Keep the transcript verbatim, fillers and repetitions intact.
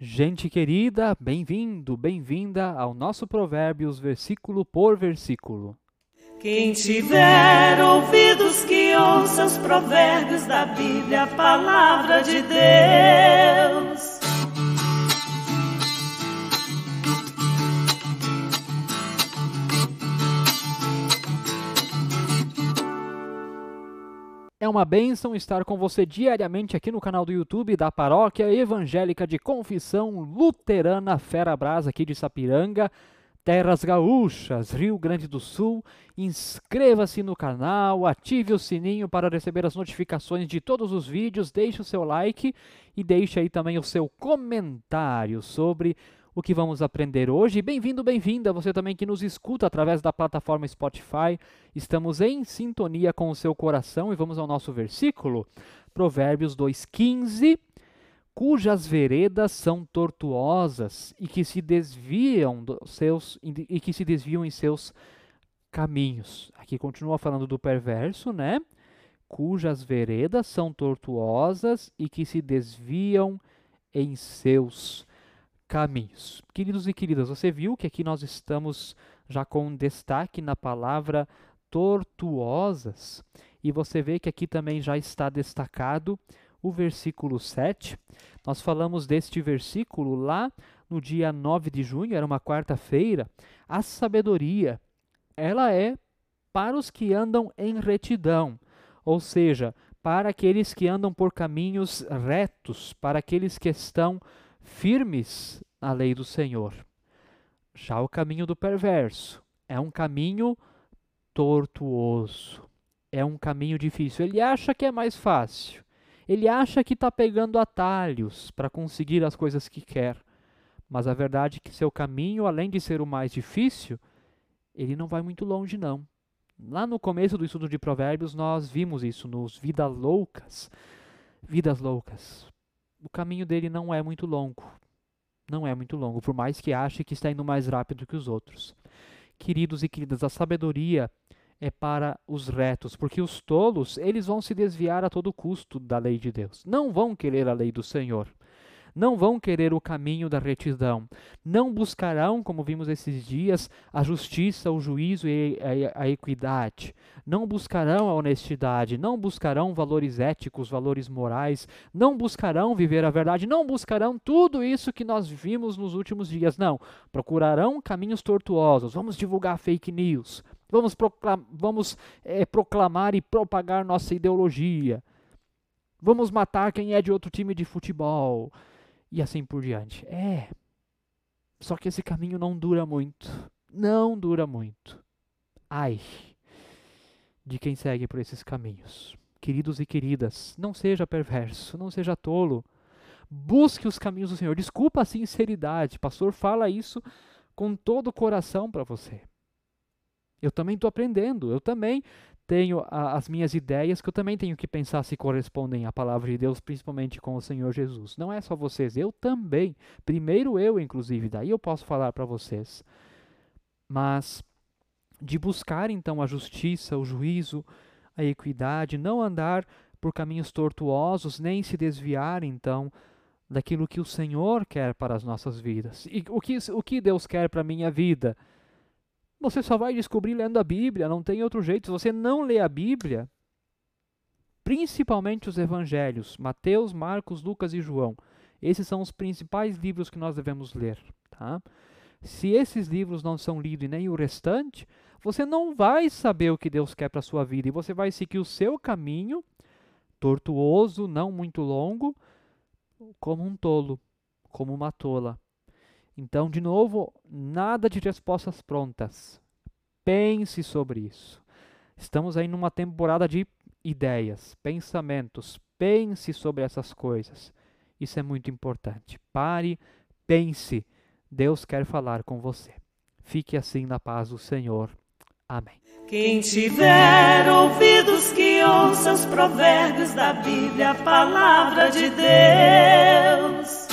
Gente querida, bem-vindo, bem-vinda ao nosso Provérbios, versículo por versículo. Quem tiver ouvidos que ouça os provérbios da Bíblia, a palavra de Deus. É uma bênção estar com você diariamente aqui no canal do YouTube da Paróquia Evangélica de Confissão Luterana Fera Brás, aqui de Sapiranga, Terras Gaúchas, Rio Grande do Sul. Inscreva-se no canal, ative o sininho para receber as notificações de todos os vídeos, deixe o seu like e deixe aí também o seu comentário sobre o que vamos aprender hoje. Bem-vindo, bem-vinda, você também que nos escuta através da plataforma Spotify. Estamos em sintonia com o seu coração e vamos ao nosso versículo, Provérbios dois, quinze. Cujas veredas são tortuosas e que se desviam dos seus e que se desviam em seus caminhos. Aqui continua falando do perverso, né? Cujas veredas são tortuosas e que se desviam em seus caminhos. Queridos e queridas, você viu que aqui nós estamos já com um destaque na palavra tortuosas, e você vê que aqui também já está destacado o versículo sete. Nós falamos deste versículo lá no dia nove de junho, era uma quarta-feira. A sabedoria, ela é para os que andam em retidão, ou seja, para aqueles que andam por caminhos retos, para aqueles que estão firmes na lei do Senhor. Já o caminho do perverso é um caminho tortuoso, é um caminho difícil. Ele acha que é mais fácil, ele acha que está pegando atalhos para conseguir as coisas que quer, mas a verdade é que seu caminho, além de ser o mais difícil, ele não vai muito longe não. Lá no começo do estudo de Provérbios nós vimos isso nos Vidas Loucas, Vidas Loucas. O caminho dele não é muito longo, não é muito longo, por mais que ache que está indo mais rápido que os outros. Queridos e queridas, a sabedoria é para os retos, porque os tolos, eles vão se desviar a todo custo da lei de Deus. Não vão querer a lei do Senhor, não vão querer o caminho da retidão, não buscarão, como vimos esses dias, a justiça, o juízo e a, a equidade, não buscarão a honestidade, não buscarão valores éticos, valores morais, não buscarão viver a verdade, não buscarão tudo isso que nós vimos nos últimos dias, não, procurarão caminhos tortuosos. Vamos divulgar fake news, vamos, proclam- vamos é, proclamar e propagar nossa ideologia, vamos matar quem é de outro time de futebol, e assim por diante. É, só que esse caminho não dura muito, não dura muito. Ai, de quem segue por esses caminhos. Queridos e queridas, não seja perverso, não seja tolo. Busque os caminhos do Senhor. Desculpa a sinceridade, pastor fala isso com todo o coração para você. Eu também estou aprendendo, eu também tenho a, as minhas ideias, que eu também tenho que pensar se correspondem à palavra de Deus, principalmente com o Senhor Jesus. Não é só vocês, eu também. Primeiro eu, inclusive, daí eu posso falar para vocês. Mas de buscar, então, a justiça, o juízo, a equidade, não andar por caminhos tortuosos, nem se desviar, então, daquilo que o Senhor quer para as nossas vidas. E o que, o que Deus quer para a minha vida? Você só vai descobrir lendo a Bíblia, não tem outro jeito. Se você não lê a Bíblia, principalmente os evangelhos, Mateus, Marcos, Lucas e João, esses são os principais livros que nós devemos ler. Tá? Se esses livros não são lidos e nem o restante, você não vai saber o que Deus quer para a sua vida e você vai seguir o seu caminho, tortuoso, não muito longo, como um tolo, como uma tola. Então, de novo, nada de respostas prontas. Pense sobre isso. Estamos aí numa temporada de ideias, pensamentos. Pense sobre essas coisas. Isso é muito importante. Pare, pense. Deus quer falar com você. Fique assim na paz do Senhor. Amém. Quem tiver ouvidos que ouça os provérbios da Bíblia, a palavra de Deus.